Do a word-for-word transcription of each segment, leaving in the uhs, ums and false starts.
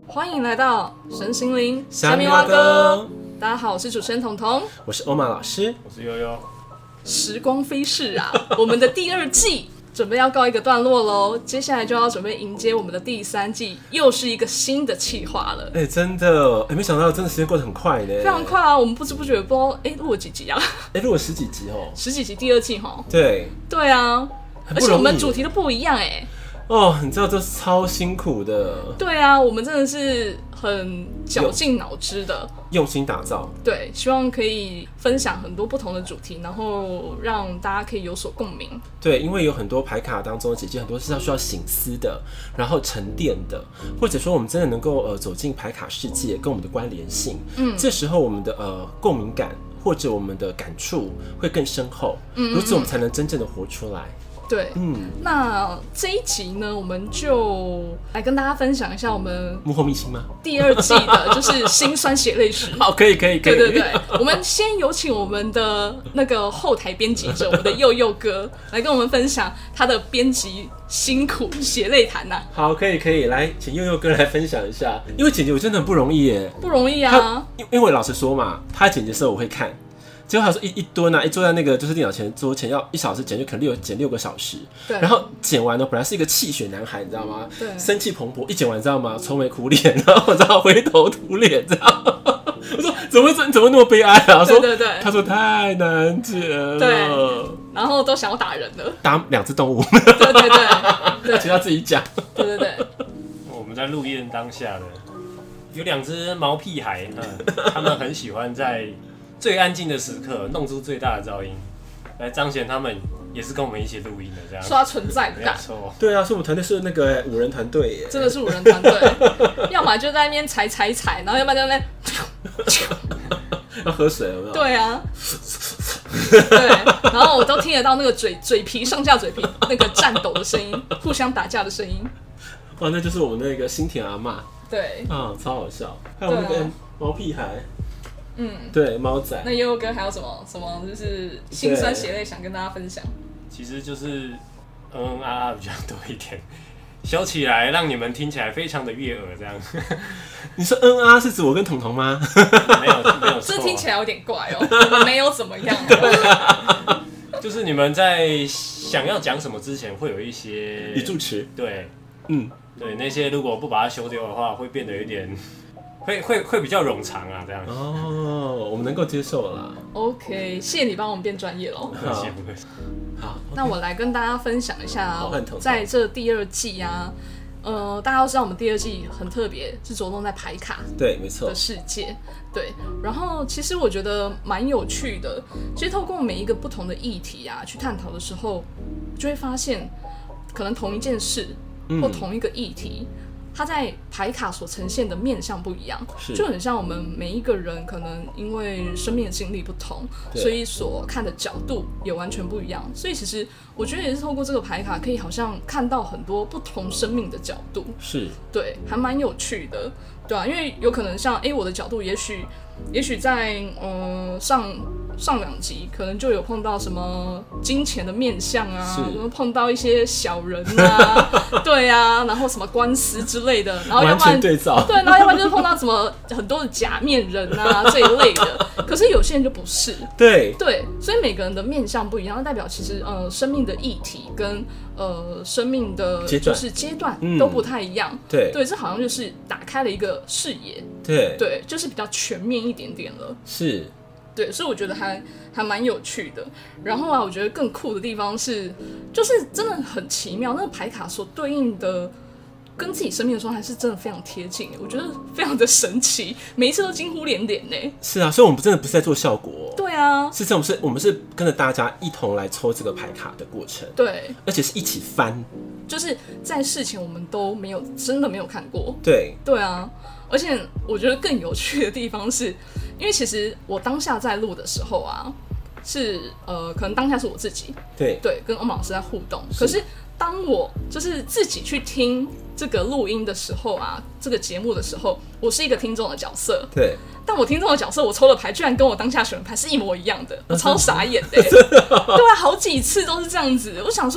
欢迎来到神心灵虾米蛙哥。 大家好，我是主持人彤彤， 我是欧玛老师， 我是悠悠。 时光飞逝啊，我们的第二季准备要告一个段落喽，接下来就要准备迎接我们的第三季，又是一个新的企划了。 哎、欸，真的，哎、欸，没想到真的时间过得很快呢， 非常快啊！我们不知不觉不知道，哎、欸，录了几集啊？ 哎、欸，录了十几集哦， 十几集，第二季哈。 对， 对啊，而且我们主题都不一样哎、欸。 哦，你知道这超辛苦的。 对啊，我们真的是很绞尽脑汁的用心打造。 对，希望可以分享很多不同的主题，然后让大家可以有所共鸣。 对，因为有很多牌卡当中，其实很多是要需要省思的，然后沉淀的，或者说我们真的能够呃走进牌卡世界跟我们的关联性，嗯，这时候我们的呃共鸣感或者我们的感触会更深厚，嗯，如此我们才能真正的活出来。 对，嗯，那这一集呢，我们就来跟大家分享一下我们幕后秘辛吗？ 第二季的就是辛酸血泪史。 好，可以，可以，可以。 对对对，我们先有请我们的那个后台编辑者，我们的佑佑哥来跟我们分享他的编辑辛苦血泪谈呐。 好，可以，可以，来，请佑佑哥来分享一下，因为剪辑我真的很不容易耶， 不容易啊。 因为老实说嘛，他剪辑的时候我会看。结果他说一一蹲啊，一坐在那个就是电脑前桌前要一小时剪，就可能六剪六个小时。对。然后剪完了，本来是一个气血男孩，你知道吗？对。生气蓬勃，一剪完，你知道吗？愁眉苦脸，然后我知道灰头土脸，这样。我说怎么怎么那么悲哀啊？说对对对。他说太难剪了。 对。然后都想要打人了。 打两只动物。 对对对。对。 请他自己讲。 对对对。 我们在录音当下的有两只毛屁孩，嗯，他们很喜欢在最安静的时刻弄出最大的噪音，来彰显他们也是跟我们一起录音的，这样说他存在感。 对啊，是我们团队是那个五人团队耶， 真的是五人团队。要么就在那边踩踩踩，然后要不然就在那边要喝水有没有？ 对啊，对，然后我都听得到那个嘴嘴皮上下嘴皮那个颤抖的声音，互相打架的声音。 哇，那就是我们那个新田阿嬷。 对， 啊，超好笑。还有那个毛屁孩。 嗯， 对，猫仔。 那悠悠哥还有什么什么就是辛酸血泪想跟大家分享？ 其实就是嗯嗯啊啊比较多一点，修起来让你们听起来非常的悦耳，这样。 你说嗯啊是指我跟彤彤吗？ 没有，没有错。 这听起来有点怪哦，我们没有怎么样。啊、 就是你们在想要讲什么之前，会有一些语助词。 对， 嗯， 对，那些如果不把它修掉的话，会变得有点。会会会比较冗长啊，这样哦，我们能够接受了啦。 OK， 谢谢你帮我们变专业喽。 不客气，不客气。 好，那我来跟大家分享一下，在这第二季啊，呃，大家都知道我们第二季很特别，是着重在牌卡对，没错的世界。对，然后其实我觉得蛮有趣的。其实透过每一个不同的议题啊，去探讨的时候，就会发现，可能同一件事或同一个议题。嗯，它在牌卡所呈现的面向不一样，就很像我们每一个人可能因为生命的经历不同，所以所看的角度也完全不一样。所以其实我觉得也是透过这个牌卡，可以好像看到很多不同生命的角度， 是对，还蛮有趣的，对啊，因为有可能像哎、欸，我的角度也许也许在呃上上两集可能就有碰到什么金钱的面向啊，碰到一些小人啊，对啊，然后什么官司之类的，然后要不然对照， 对，然后要不然就是碰到什么很多的假面人啊这一类的。可是有些人就不是， 对对，所以每个人的面向不一样，那代表其实呃生命的议题跟呃生命的就是阶段都不太一样。嗯、对对，这好像就是打开了一个视野， 对对，就是比较全面一点点了。 是。 对，所以我觉得还还蛮有趣的。然后啊，我觉得更酷的地方是，就是真的很奇妙，那个牌卡所对应的跟自己生命的状态是真的非常贴近，我觉得非常的神奇，每一次都惊呼连连呢。 是啊，所以我们真的不是在做效果、哦。 对啊， 是这种是我们是跟着大家一同来抽这个牌卡的过程。 对， 而且是一起翻， 就是在事前我们都没有真的没有看过。 对， 对啊。而且我觉得更有趣的地方是，因为其实我当下在录的时候啊，是呃，可能当下是我自己， 对对，跟欧玛老师在互动。可是当我就是自己去听这个录音的时候啊，这个节目的时候，我是一个听众的角色， 对。 但我听众的角色，我抽的牌居然跟我当下选的牌是一模一样的，我超傻眼的、欸。对啊，好几次都是这样子。我想说，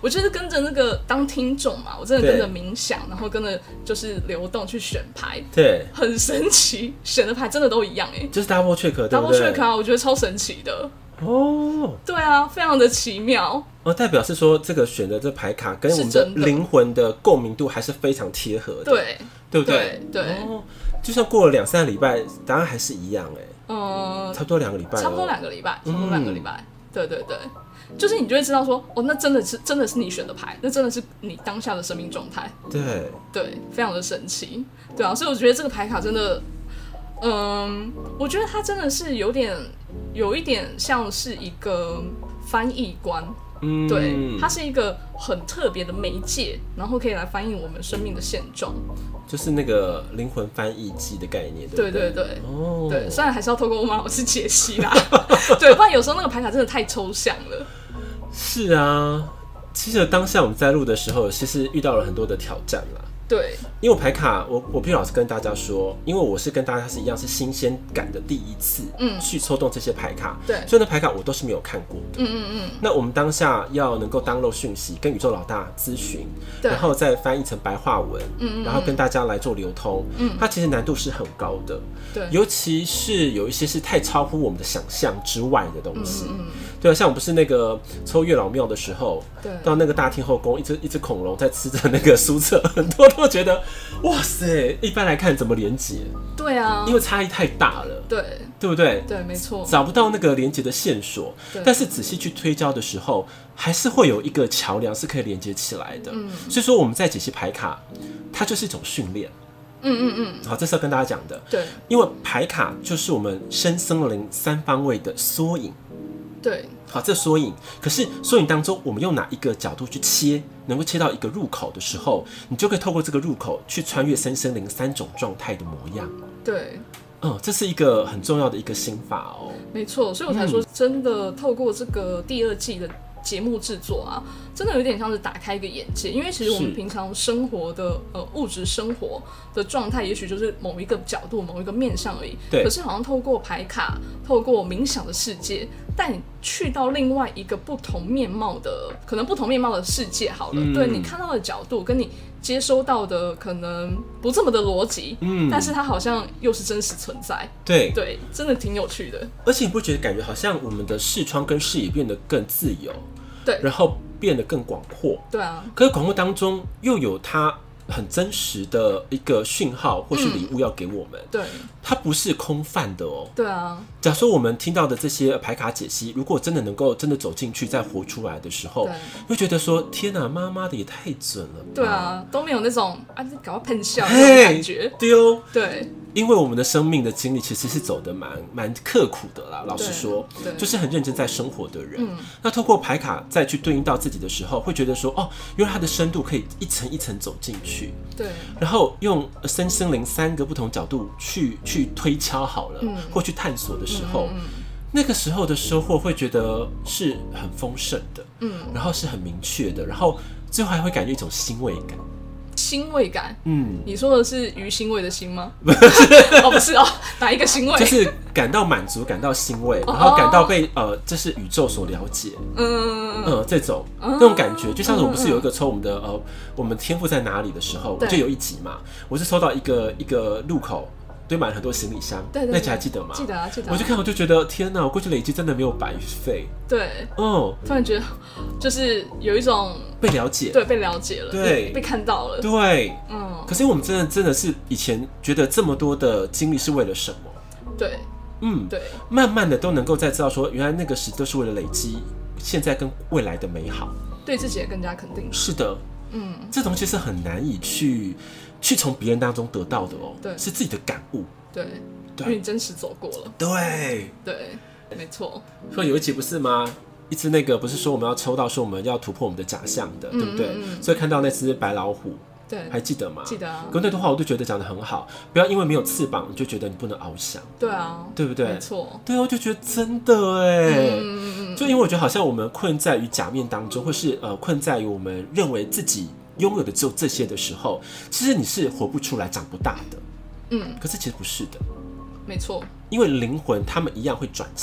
我就是跟着那个当听众嘛，我真的跟着冥想，然后跟着就是流动去选牌， 对， 很神奇，选的牌真的都一样哎、欸， 就是 double check， 对不对 ？double check 啊，我觉得超神奇的。 哦， 对啊，非常的奇妙。 哦，代表是说这个选的这牌卡跟我们的灵魂的共鸣度还是非常贴合的， 对， 对不对？ 对，对哦，就算过了两三个礼拜，答案还是一样哎、欸。嗯、呃，差不多两个礼拜， 差不多两个礼拜，差不多两个礼拜。嗯、对对对，就是你就会知道说，哦，那真的是真的是你选的牌，那真的是你当下的生命状态。 对对，非常的神奇。对啊，所以我觉得这个牌卡真的。嗯，我觉得它真的是有点，有一点像是一个翻译官，嗯，对，它是一个很特别的媒介，然后可以来翻译我们生命的现状， 就是那个灵魂翻译机的概念，对不对？ 对对对，哦，对，虽然还是要透过欧玛老师解析啦，对，不然有时候那个牌卡真的太抽象了。 是啊，其实当下我们在录的时候，其实遇到了很多的挑战啦。 对， 因为我牌卡，我我必须老实跟大家说，因为我是跟大家是一样是新鲜感的第一次，嗯，去抽动这些牌卡， 对， 所以那牌卡我都是没有看过的， 嗯嗯嗯。 那我们当下要能够download讯息，跟宇宙老大咨询，然后再翻译成白话文，嗯, 嗯, 嗯，然后跟大家来做流通，嗯，它其实难度是很高的， 对， 尤其是有一些是太超乎我们的想象之外的东西， 嗯, 嗯, 嗯， 对啊，像我们不是那个抽月老庙的时候， 对， 到那个大天后宫，一只一只恐龙在吃着那个书册，很多都觉得。哇塞！一般来看怎么连结？ 对啊， 因为差异太大了， 对， 对不对？ 对，没错， 找不到那个连结的线索。但是仔细去推敲的时候，还是会有一个桥梁是可以连接起来的。嗯，所以说我们在解析牌卡，它就是一种训练。 嗯嗯嗯。 好，这是要跟大家讲的。 对， 因为牌卡就是我们身心灵三方位的缩影。 对。 好，这缩影，可是缩影当中，我们用哪一个角度去切，能够切到一个入口的时候，你就可以透过这个入口去穿越身心灵三种状态的模样。 对， 嗯，这是一个很重要的一个心法哦。 没错，所以我才说，真的透过这个第二季的节目制作啊，真的有点像是打开一个眼界，因为其实我们平常生活的呃物质生活的状态，也许就是某一个角度、某一个面向而已。 对。 可是好像透过牌卡、透过冥想的世界，带你去到另外一个不同面貌的，可能不同面貌的世界好了。嗯、对你看到的角度，跟你接收到的可能不这么的逻辑，嗯，但是它好像又是真实存在。 对对，真的挺有趣的。 而且你不觉得感觉好像我们的视窗跟视野变得更自由？ 对， 然后变得更广阔。 对啊， 可是广阔当中又有它很真实的一个讯号或是礼物要给我们。 嗯、对， 它不是空泛的哦。 对啊， 假如说我们听到的这些牌卡解析，如果真的能够真的走进去再活出来的时候，会觉得说天哪，妈妈的也太准了吧。 对啊，都没有那种啊搞到喷笑那种感觉。 对哦， 对。 因为我们的生命的经历其实是走得蛮蛮刻苦的啦，老实说，就是很认真在生活的人。嗯、那透过牌卡再去对应到自己的时候，会觉得说，哦，原来它的深度可以一层一层走进去。 对。 然后用身心灵三个不同角度去去推敲好了，嗯、或去探索的时候，嗯嗯嗯那个时候的收获会觉得是很丰盛的，嗯，然后是很明确的，然后最后还会感觉一种欣慰感。 欣慰感， 嗯， 你说的是鱼腥味的腥吗？不是，哦，不是哦，哪一个欣慰？ 就是感到满足，感到欣慰，然后感到被呃，这是宇宙所了解， 嗯嗯，这种那种感觉，就像是我们不是有一个抽我们的呃，我们天赋在哪里的时候，我就有一集嘛，我是抽到一个一个路口。堆满了很多行李箱， 对对对， 那集还记得吗？ 记得啊，记得啊。 我就看，我就觉得天哪，我过去累积真的没有白费。 对， 哦， 突然觉得就是有一种被了解， 对，被了解了， 对， 被看到了， 对， 嗯。 可是我们真的真的是以前觉得这么多的经历是为了什么？ 对， 嗯， 对， 慢慢的都能够再知道说，原来那个时都是为了累积现在跟未来的美好， 对自己也更加肯定。 是的， 嗯， 这东西是很难以去去从别人当中得到的哦， 对， 是自己的感悟。 对，因为你真实走过了。 对， 对，没错。 所以有一集不是吗？一只那个不是说我们要抽到说我们要突破我们的假象的，嗯、对不对？嗯、所以看到那只白老虎， 对， 还记得吗？ 记得啊。 可那段话我都觉得讲得很好，不要因为没有翅膀你就觉得你不能翱翔。 对啊， 对不对？ 没错。 对啊，我就觉得真的哎， 嗯、 就因为我觉得好像我们困在于假面当中，或是呃困在于我们认为自己拥有的只有这些的时候，其实你是活不出来、长不大的。嗯，可是其实不是的。 没错， 因为灵魂他们一样会转型，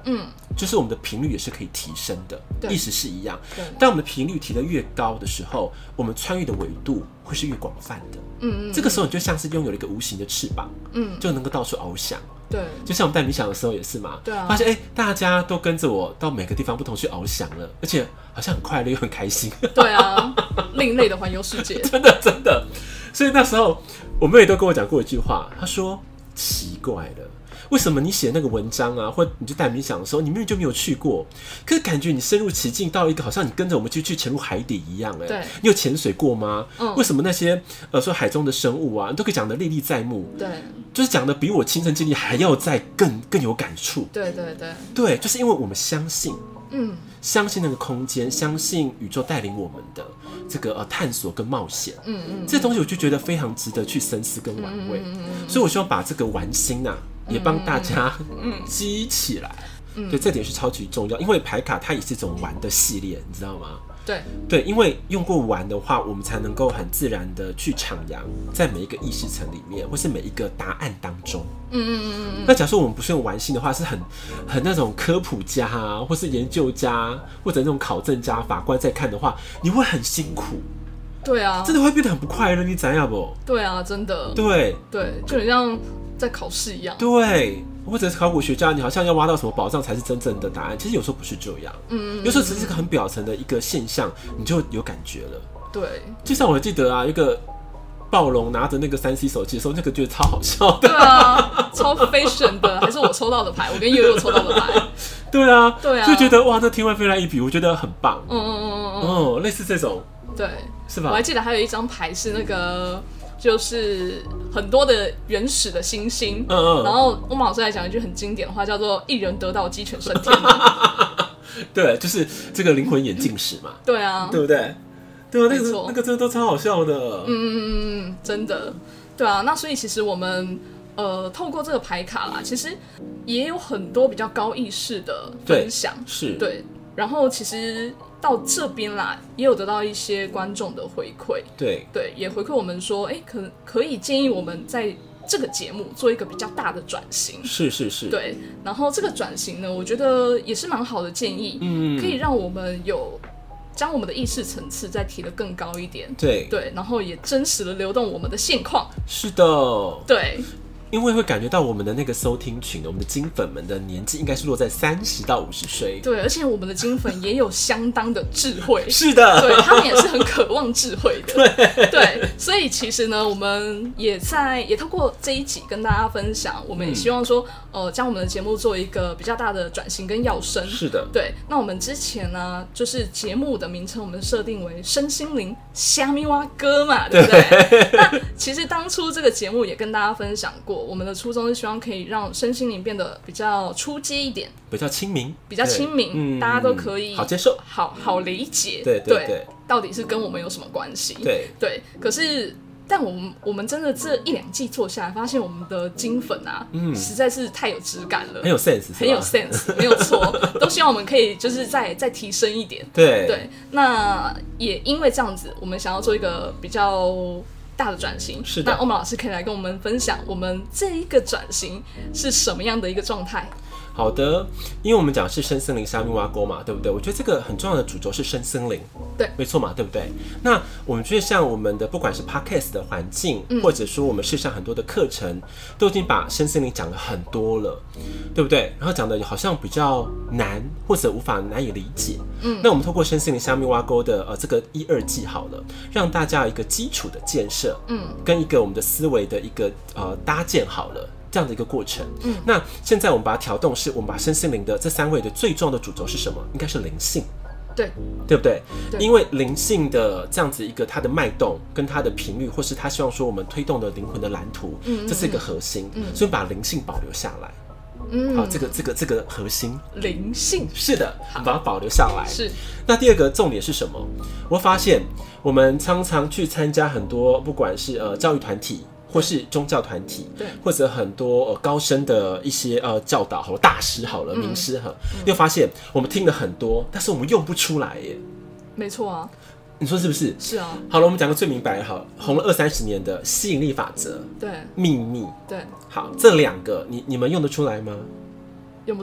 嗯， 就是我们的频率也是可以提升的，意识是一样。当我们的频率提得越高的时候，我们穿越的纬度会是越广泛的。嗯嗯，这个时候你就像是拥有了一个无形的翅膀，嗯，就能够到处翱翔。 对， 就像我们带冥想的时候也是嘛， 对啊， 发现哎、欸，大家都跟着我到每个地方不同去翱翔了，而且好像很快乐又很开心。 对啊，另类的环游世界， 真的真的。所以那时候我妹也都跟我讲过一句话，她说奇怪了。为什么你写那个文章啊，或你就带冥想的时候，你明明就没有去过，可是感觉你深入其境到一个好像你跟着我们就去潜入海底一样哎、欸。你有潜水过吗？嗯、为什么那些呃说海中的生物啊，你都可以讲得历历在目？ 对， 就是讲的比我亲身经历还要再更更有感触。 对对对， 对，就是因为我们相信， 嗯， 相信那个空间，相信宇宙带领我们的这个呃探索跟冒险。嗯嗯，这些东西我就觉得非常值得去深思跟玩味。嗯嗯嗯，所以我希望把这个玩心啊。也帮大家激起来，嗯，对，这点是超级重要，因为牌卡它也是一种玩的系列，你知道吗？ 对对，因为用过玩的话，我们才能够很自然的去徜徉在每一个意识层里面，或是每一个答案当中。嗯嗯嗯嗯。那假设我们不是用玩心的话，是很很那种科普家啊，或是研究家，或者那种考证家、法官在看的话，你会很辛苦。 对啊， 真的会变得很不快乐，你知道不？ 对啊，真的。 对对，就很像在考试一样。 对，或者是考古学家，你好像要挖到什么宝藏才是真正的答案，其实有时候不是这样。嗯，有时候只是个很表层的一个现象，你就有感觉了。 对， 就像我记得啊，一个暴龙拿着那个三 C 手机的时候，那个觉得超好笑的。 对啊，超 fashion 的，还是我抽到的牌，我跟悠悠抽到的牌。 对啊， 对啊， 就觉得哇，那天外飞来一笔，我觉得很棒。 嗯嗯嗯嗯嗯， 哦，类似这种。 对， 是吧？ 我还记得还有一张牌是那个，就是很多的原始的星星。嗯嗯。然后欧马老师还讲一句很经典的话，叫做“一人得道，鸡犬升天”。 对，就是这个灵魂眼镜史嘛。 对啊， 对不对？对啊，那个那个真的都超好笑的。嗯嗯嗯嗯，真的。对啊，那所以其实我们呃透过这个牌卡啦，其实也有很多比较高意识的分享。 是。对。 然后其实到这边啦，也有得到一些观众的回馈， 对对，也回馈我们说，哎，可可以建议我们在这个节目做一个比较大的转型， 是是是， 对。然后这个转型呢，我觉得也是蛮好的建议，嗯，可以让我们有将我们的意识层次再提得更高一点， 对对，然后也真实的流动我们的现况， 是的， 对。 因为会感觉到我们的那个收听群，我们的金粉们的年纪应该是落在三十到五十岁。 对，而且我们的金粉也有相当的智慧。 是的， 对，他们也是很渴望智慧的。对对，所以其实呢，我们也在也透过这一集跟大家分享，我们也希望说，嗯、呃，将我们的节目做一个比较大的转型跟跃升。 是的， 对。那我们之前呢，就是节目的名称我们设定为身心灵虾米蛙哥嘛，对不对？对那其实当初这个节目也跟大家分享过。我们的初衷是希望可以让身心灵变得比较初阶一点， 比较亲民， 比较亲民，嗯、大家都可以好接受， 好好理解。 对对 对, 对， 到底是跟我们有什么关系？ 对对。可是，但我们我们真的这一两季做下来，发现我们的金粉啊，嗯，实在是太有质感了， 很有 sense， 很有 sense， 没有错。都希望我们可以就是再再提升一点。 对对。那也因为这样子，我们想要做一个比较大的转型。 是的， 那欧马老师可以来跟我们分享，我们这一个转型是什么样的一个状态？ 好的，因为我们讲是深森林虾米挖沟嘛，对不对？我觉得这个很重要的主轴是深森林， 对， 没错嘛，对不对？那我们觉得像我们的不管是 podcast 的环境，嗯、或者说我们世上很多的课程，都已经把深森林讲了很多了，对不对？然后讲的好像比较难，或者无法难以理解。嗯，那我们透过深森林虾米挖沟的呃这个一二季好了，让大家有一个基础的建设，嗯，跟一个我们的思维的一个呃搭建好了。这样的一个过程，嗯，那现在我们把它调动，是我们把身心灵的这三位的最重要的主轴是什么？应该是灵性， 对， 对不对？ 对， 因为灵性的这样子一个它的脉动跟它的频率，或是他希望说我们推动的灵魂的蓝图，嗯，这是一个核心，嗯，所以把灵性保留下来，嗯，好，这个这个这个核心， 灵性是的，我们把它保留下来。 是。 那第二个重点是什么？我发现我们常常去参加很多，不管是呃教育团体。或是宗教团体， 对， 或者很多、呃、高深的一些呃教导，好大师好了，名师哈，又发现我们听了很多，但是我们用不出来耶。 没错啊， 你说是不是？ 是啊。 好了，我们讲个最明白的，好，红了二三十年的吸引力法则， 对， 秘密， 对， 好，这两个你你们用得出来吗？ 用不出来。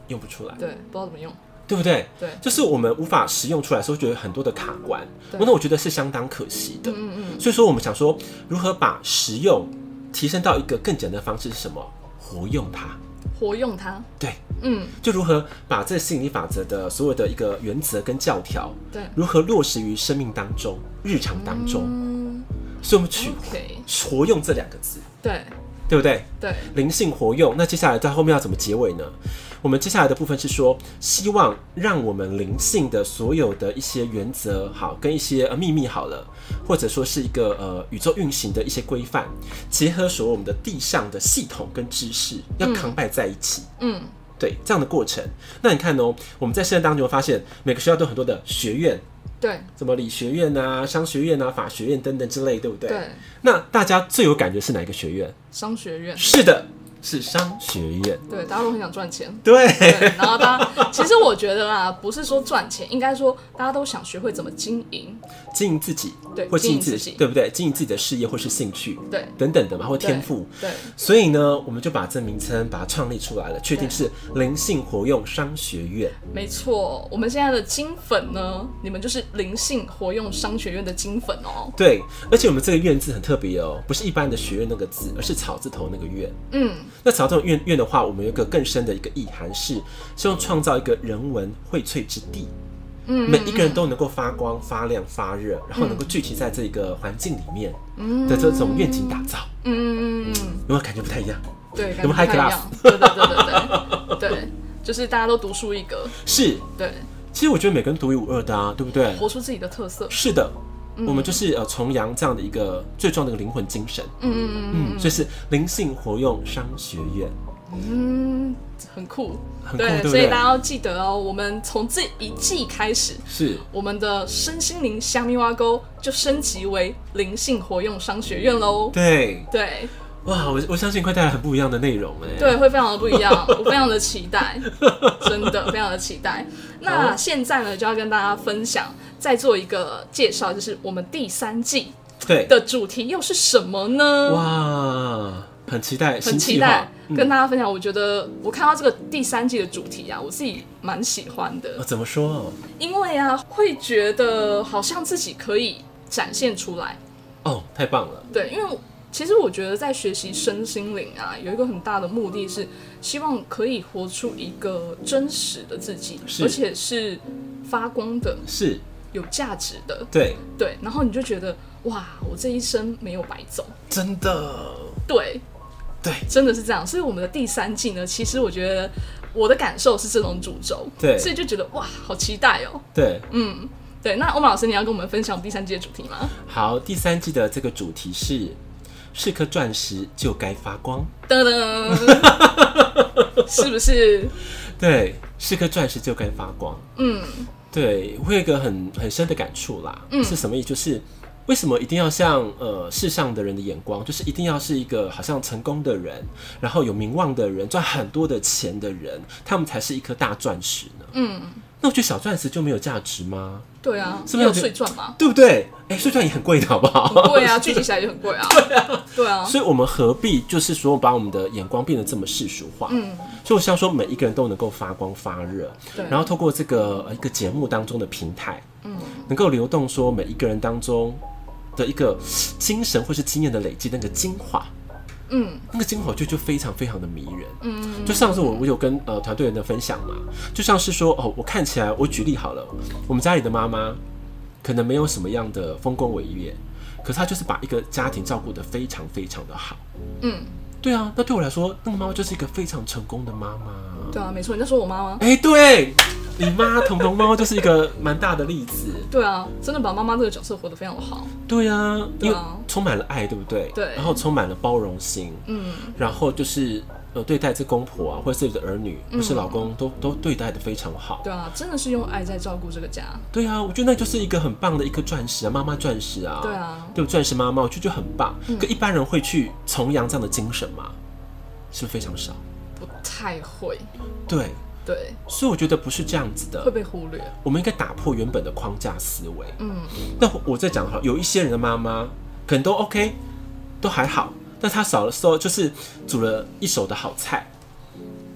用不出来， 对，不知道怎么用。 对不对？ 对， 就是我们无法使用出来的时候，觉得很多的卡关，那我觉得是相当可惜的。 嗯嗯。 所以说，我们想说，如何把实用提升到一个更简单的方式是什么？活用它。 活用它。 对， 嗯， 就如何把这吸引力法则的所有的一个原则跟教条， 对， 如何落实于生命当中、日常当中。嗯，所以我们取活用这两个字。 对。 对不对？ 对， 灵性活用。那接下来在后面要怎么结尾呢？我们接下来的部分是说，希望让我们灵性的所有的一些原则，好，跟一些呃秘密好了，或者说是一个呃宇宙运行的一些规范，结合所有我们的地上的系统跟知识，要combine在一起。嗯，对，这样的过程。那你看哦，我们在生活当中发现，每个学校都有很多的学院。 对， 什么理学院啊、商学院啊、法学院等等之类，对不对？ 对。 那大家最有感觉是哪一个学院？ 商学院。 是的，是商学院。 对，大家都很想赚钱。 对。 对，然后大家，其实我觉得啦，不是说赚钱，应该说大家都想学会怎么经营， 经营自己， 对， 或经营自己， 己，对不对？经营自己的事业或是兴趣， 对， 等等的嘛，或天赋。 对。 所以呢，我们就把这名称把它创立出来了，确定是灵性活用商学院。 没错，我们现在的金粉呢，你们就是灵性活用商学院的金粉哦。 对，而且我们这个院字很特别哦，不是一般的学院那个字，而是草字头那个院。嗯，那草字头院院的话，我们有一个更深的一个意涵是，希望创造一个人文荟萃之地。嗯，每一个人都能够发光、发亮、发热，然后能够聚集在这个环境里面的这种愿景打造。嗯嗯嗯，有没有感觉不太一样？ 对，感觉不太一样。对对对对对对，就是大家都独树一格。 是， 对。 其实我觉得每个人独一无二的啊，对不对？ 活出自己的特色。 是的，嗯、我们就是呃崇洋这样的一个最重要的灵魂精神。嗯嗯嗯嗯，所以是灵性活用商学院。 嗯，很酷， 很酷，对，对对， 所以大家要记得哦，我们从这一季开始， 是我们的身心灵虾米挖沟就升级为灵性活用商学院喽。 对对， 哇，我我相信会带来很不一样的内容哎。 对，会非常的不一样，我非常的期待，真的非常的期待。那现在呢，就要跟大家分享，再做一个介绍，就是我们第三季对的主题又是什么呢？ 哇，很期待， 很期待。跟大家分享，我觉得我看到这个第三季的主题啊，我自己蛮喜欢的。 哦、怎么说？ 因为啊，会觉得好像自己可以展现出来。 哦，太棒了！ 对，因为其实我觉得在学习身心灵啊，有一个很大的目的是希望可以活出一个真实的自己，而且是发光的， 是有价值的。 对对，然后你就觉得哇，我这一生没有白走， 真的。 对。 对， 真的是这样，所以我们的第三季呢，其实我觉得我的感受是这种主轴， 对， 所以就觉得哇，好期待哦。 对， 嗯，对，那欧曼老师，你要跟我们分享第三季的主题吗？ 好，第三季的这个主题是是颗钻石就该发光， 噔噔，是不是？ 对，是颗钻石就该发光。嗯，对，我有一个很很深的感触啦，嗯，是什么意思？就是为什么一定要像呃世上的人的眼光，就是一定要是一个好像成功的人，然后有名望的人，赚很多的钱的人，他们才是一颗大钻石呢？嗯，那我觉得小钻石就没有价值吗？ 对啊，是不是有碎钻嘛？ 对不对？哎、欸，碎钻也很贵的，好不好？ 很贵啊，聚集起来也很贵啊。 对啊， 对啊。 所以我们何必就是说把我们的眼光变得这么世俗化？嗯，所以我希望说每一个人都能够发光发热，对，然后透过这个呃一个节目当中的平台，嗯，能够流动说每一个人当中的一个精神或是经验的累积，那个精华。嗯，那个精华就就非常非常的迷人。嗯，就上次我我有跟呃团队人的分享嘛，就像是说哦，我看起来我举例好了，我们家里的妈妈可能没有什么样的丰功伟业，可是她就是把一个家庭照顾得非常非常的好。嗯，对啊，那对我来说，那个妈妈就是一个非常成功的妈妈。 对啊，没错，你在说我妈吗？ 哎、欸，对。你妈彤彤猫就是一个蛮大的例子。 对啊，真的把妈妈这个角色活得非常的好。 对啊，因为充满了爱，对不对？ 对。 然后充满了包容心，嗯，然后就是呃对待这公婆啊，或者自己的儿女，或是老公，都都对待的非常好。 对啊，真的是用爱在照顾这个家。 对啊，我觉得那就是一个很棒的一颗钻石啊，妈妈钻石啊。 对啊， 对，钻石妈妈，我觉得就很棒。嗯、可一般人会去崇洋这样的精神吗？是不是非常少？ 不太会。 对。 对， 所以我觉得不是这样子的， 会被忽略。 我们应该打破原本的框架思维。嗯，那我在讲哈，有一些人的妈妈可能都 OK， 都还好，但她少的时候就是煮了一手的好菜，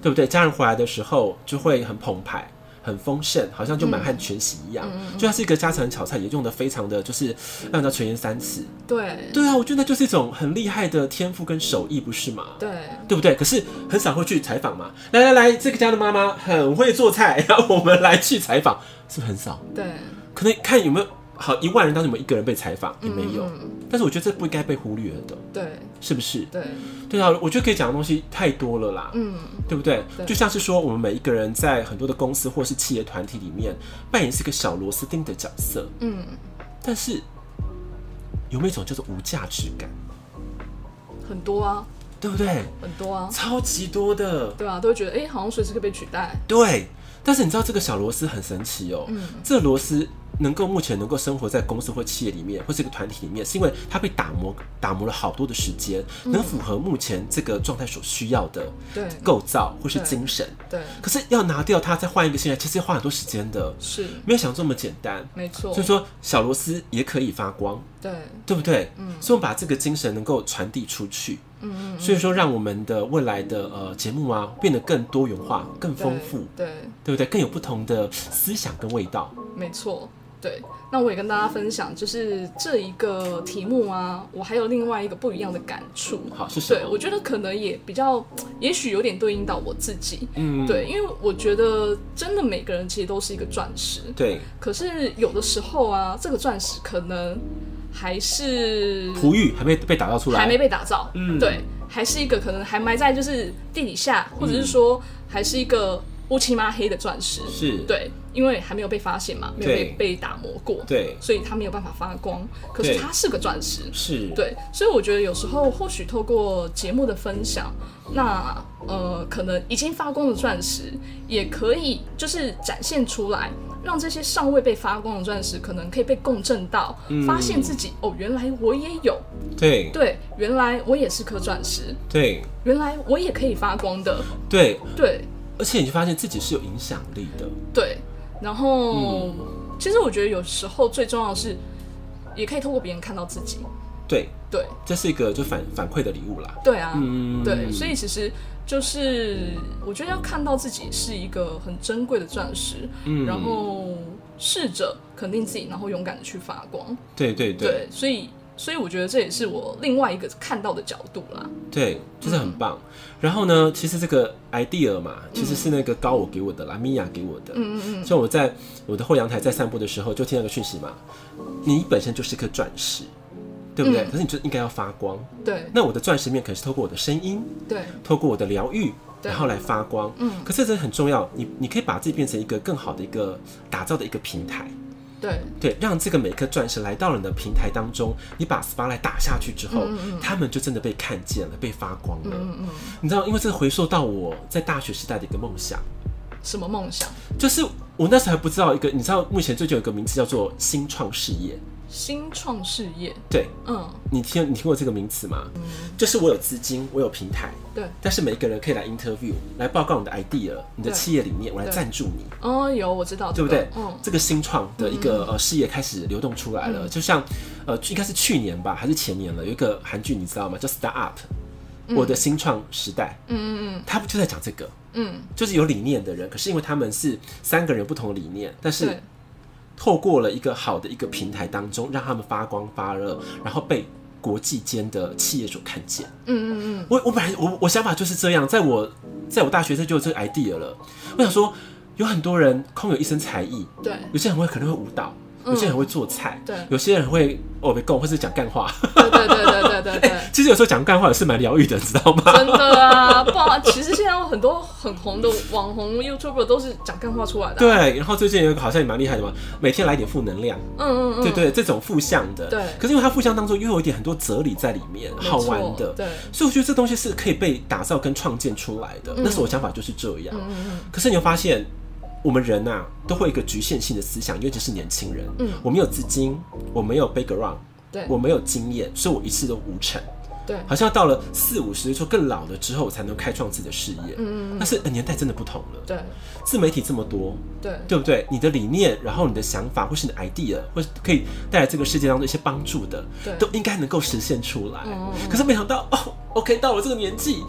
对不对？家人回来的时候就会很澎湃。很丰盛，好像就满汉全席一样，嗯、就它是一个家常炒菜，也用的非常的就是让人家垂涎三尺。 对， 对啊，我觉得那就是一种很厉害的天赋跟手艺，不是吗？ 对， 对不对？可是很少会去采访嘛。来来来，这个家的妈妈很会做菜，然后我们来去采访，是不是很少？ 对， 可能看有没有好一万人当中有没有一个人被采访，也没有。嗯嗯，但是我觉得这不应该被忽略的， 对， 是不是？ 对， 对啊，我觉得可以讲的东西太多了啦，嗯，对不对？对，就像是说，我们每一个人在很多的公司或是企业团体里面扮演是一个小螺丝钉的角色，嗯，但是有没有一种叫做无价值感？ 很多啊， 对不对？ 很多啊， 超级多的， 对啊，都会觉得哎、欸，好像随时可以被取代， 对。但是你知道这个小螺丝很神奇哦，嗯，这螺丝能够目前能够生活在公司或企业里面，或是一个团体里面，是因为它被打磨打磨了好多的时间，嗯，能符合目前这个状态所需要的构造或是精神。对，对，可是要拿掉它，再换一个新来，其实要花很多时间的，是没有想这么简单。没错，所以说小螺丝也可以发光，对，对不对？嗯，所以我们把这个精神能够传递出去。嗯嗯，所以说让我们的未来的呃节目啊变得更多元化、更丰富，对，对不对？更有不同的思想跟味道。没错。对，那我也跟大家分享，就是这一个题目啊，我还有另外一个不一样的感触。好，是什么？对，我觉得可能也比较，也许有点对应到我自己。嗯，对，因为我觉得真的每个人其实都是一个钻石。对。可是有的时候啊，这个钻石可能还是璞玉，还没被打造出来，还没被打造。嗯，对，还是一个可能还埋在就是地底下，或者是说还是一个乌漆嘛黑的钻石。是，对。因为还没有被发现嘛，没有 被, 被打磨过，对，所以它没有办法发光。可是它是个钻石，是，对，所以我觉得有时候或许透过节目的分享，那呃，可能已经发光的钻石，也可以就是展现出来，让这些尚未被发光的钻石，可能可以被共振到，嗯、发现自己哦，原来我也有，对对，原来我也是颗钻石，对，原来我也可以发光的，对对，而且你就发现自己是有影响力的，对。然后、嗯，其实我觉得有时候最重要的是，也可以透过别人看到自己。对对，这是一个就反反馈的礼物啦。对啊，嗯，对，所以其实就是我觉得要看到自己是一个很珍贵的钻石，嗯，然后试着肯定自己，然后勇敢的去发光。对对 对, 对，所以。所以我觉得这也是我另外一个看到的角度啦。对，就是很棒。嗯、然后呢，其实这个 idea 嘛，其实是那个高我给我的啦，米娅给我的。嗯嗯嗯。所以我在我的后阳台在散步的时候，就听到个讯息嘛，你本身就是颗钻石，对不对？嗯、可是你就应该要发光。对。那我的钻石面可能是透过我的声音，对，透过我的疗愈，然后来发光。嗯。可是这很重要，你你可以把自己变成一个更好的一个打造的一个平台。对, 对，让这个每颗钻石来到了你的平台当中，你把 spotlight 打下去之后，嗯嗯他们就真的被看见了，被发光了。嗯嗯你知道，因为这回溯到我在大学时代的一个梦想。什么梦想？就是我那时候还不知道一个，你知道目前最近有一个名字叫做新创事业。新创事业，对，嗯，你听你听过这个名词吗？嗯，就是我有资金，我有平台，对，但是每一个人可以来 interview， 来报告你的 idea， 你的企业理念，我来赞助你。哦，有我知道，对不对？嗯，这个新创的一个、嗯、呃事业开始流动出来了，嗯、就像呃应该是去年吧，还是前年了，有一个韩剧你知道吗？叫 Start Up，、嗯、我的新创时代。嗯嗯嗯，他就在讲这个，嗯，就是有理念的人，可是因为他们是三个人不同的理念，但是。透过了一个好的一个平台当中，让他们发光发热，然后被国际间的企业所看见。嗯嗯嗯。我我本来我我想法就是这样，在我在我大学时就有这个 idea 了。我想说，有很多人空有一身才艺，对，有些人会可能会舞蹈，有些人很会做菜，对，有些人会哦被供或是讲干话。对对对对对对对、欸。其实有时候讲干话也是蛮疗愈的，你知道吗？真的啊，不然其实现在有很多很红的网红 YouTuber 都是讲干话出来的、啊。对，然后最近有一个好像也蛮厉害的嘛，每天来点负能量。嗯嗯嗯。对 对, 對，这种负向的。对。可是因为它负向当中又有一点很多哲理在里面，好玩的。对。所以我觉得这东西是可以被打造跟创建出来的。嗯、那时候我想法就是这样。嗯嗯嗯。可是你会发现。我们人啊，都会有一个局限性的思想，尤其是年轻人。嗯，我没有资金，我没有 background， 对，我没有经验，所以我一次都无成。对，好像到了四五十岁更老了之后，才能开创自己的事业。嗯嗯但是、呃、年代真的不同了。对，自媒体这么多，对，对不对？你的理念，然后你的想法，或是你的 idea， 或是可以带来这个世界当中一些帮助的，对，都应该能够实现出来。嗯、可是没想到，哦 ，OK， 到了这个年纪。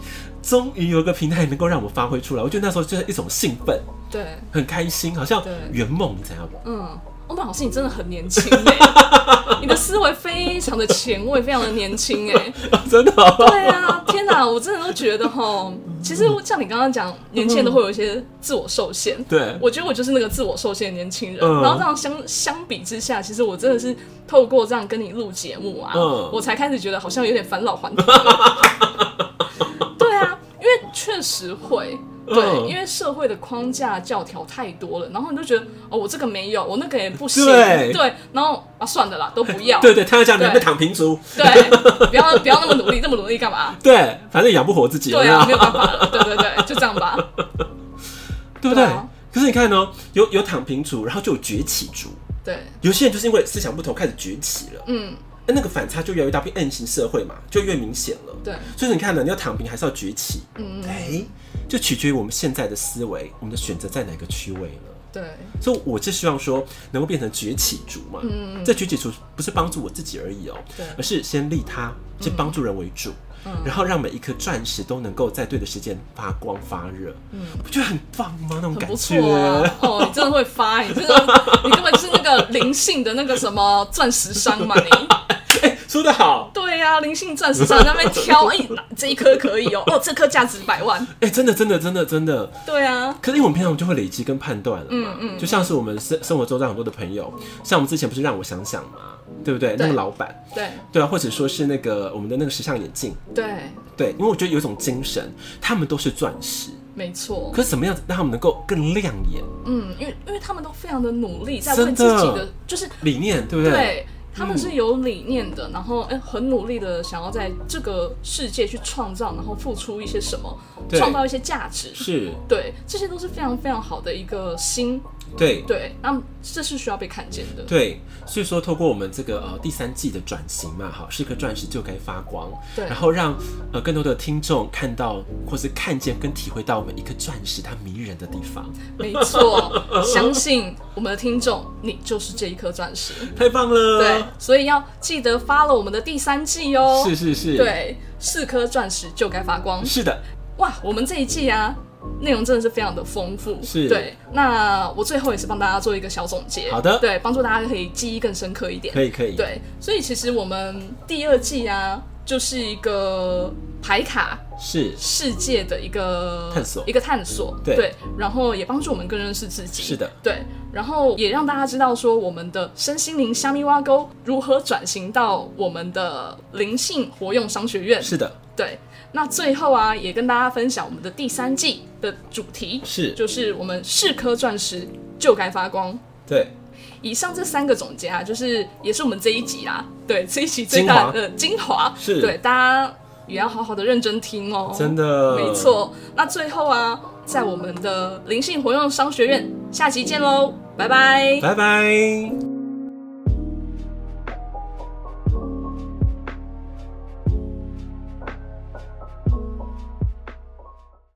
终于有一个平台能够让我发挥出来，我觉得那时候就是一种兴奋， 对， 很开心，好像圆梦，你知道吗？ 嗯。欧曼老师，你真的很年轻哎，你的思维非常的前卫，非常的年轻哎、 哦，真的、哦？ 对啊，天哪，我真的都觉得哈，其实像你刚刚讲，年轻人都会有一些自我受限， 对， 我觉得我就是那个自我受限的年轻人，嗯、然后这样相相比之下，其实我真的是透过这样跟你录节目啊、嗯，我才开始觉得好像有点返老还童。对啊，因为确实会。对，因为社会的框架教条太多了，然后你就觉得哦，我这个没有，我那个也不行，对，对然后啊，算了啦，都不要。 对对，他要讲你被躺平族， 对，不要不要那么努力，那么努力干嘛？ 对，反正养不活自己。 对啊，没有办法了，对对对，就这样吧， 对不对？啊、可是你看哦，有有躺平族，然后就有崛起族， 对， 有些人就是因为思想不同开始崛起了，嗯。那个反差就越来越大，变 M 型社会嘛，就越明显了。 对， 所以你看呢，你要躺平还是要崛起？嗯嗯，哎、欸，就取决于我们现在的思维，我们的选择在哪个区位了。 对， 所以我就希望说，能够变成崛起族嘛。嗯嗯，这崛起族不是帮助我自己而已哦、喔，而是先利他，先帮助人为主。嗯，然后让每一颗钻石都能够在对的时间发光发热，嗯，不觉得很棒吗？那种感觉， 啊、哦，你真的会发，你真的，你根本就是那个灵性的那个什么钻石商嘛，你。 哎、欸，说得好。 对呀、啊，灵性钻石商在那边挑，哎、欸，这一颗可以哦、喔，哦，这颗价值百万。 哎、欸，真的，真的，真的，真的。 对啊。 可是因为我们平常就会累积跟判断了嘛，嗯嗯，就像是我们生生活中很多的朋友，像我们之前不是让我想想嘛。对不对？对那个老板， 对对啊，或者说是那个我们的那个时尚眼镜， 对对，因为我觉得有一种精神，他们都是钻石， 没错。 可是怎么样子让他们能够更亮眼？ 嗯，因为因为他们都非常的努力，在为自己的就是理念，对不对？ 对，他们是有理念的，嗯、然后哎，很努力的想要在这个世界去创造，然后付出一些什么，创造一些价值， 是， 对，这些都是非常非常好的一个心。 对对，那这是需要被看见的。 对，所以说透过我们这个呃第三季的转型嘛，好，是颗钻石就该发光， 对， 然后让呃更多的听众看到或是看见跟体会到每一颗钻石它迷人的地方。 没错，相信我们的听众，你就是这一颗钻石， 太棒了。 对，所以要记得follow我们的第三季哦。 是是是， 对，四颗钻石就该发光。 是的， 哇，我们这一季啊。内容真的是非常的丰富， 是对。那我最后也是帮大家做一个小总结， 好的， 对，帮助大家可以记忆更深刻一点， 可以可以。 对，所以其实我们第二季啊，就是一个牌卡是世界的一个探索， 一个探索， 对， 对然后也帮助我们更认识自己， 是的， 对，然后也让大家知道说我们的身心灵虾米挖沟如何转型到我们的灵性活用商学院， 是的， 对。那最后啊，也跟大家分享我们的第三季的主题是， 就是我们是颗钻石就该发光。 对， 以上这三个总结啊，就是也是我们这一集啦，对，这一集最大的精华， 是对大家也要好好的认真听哦， 真的， 没错。那最后啊，在我们的灵性活用商学院，下期见喽，拜拜， 拜拜。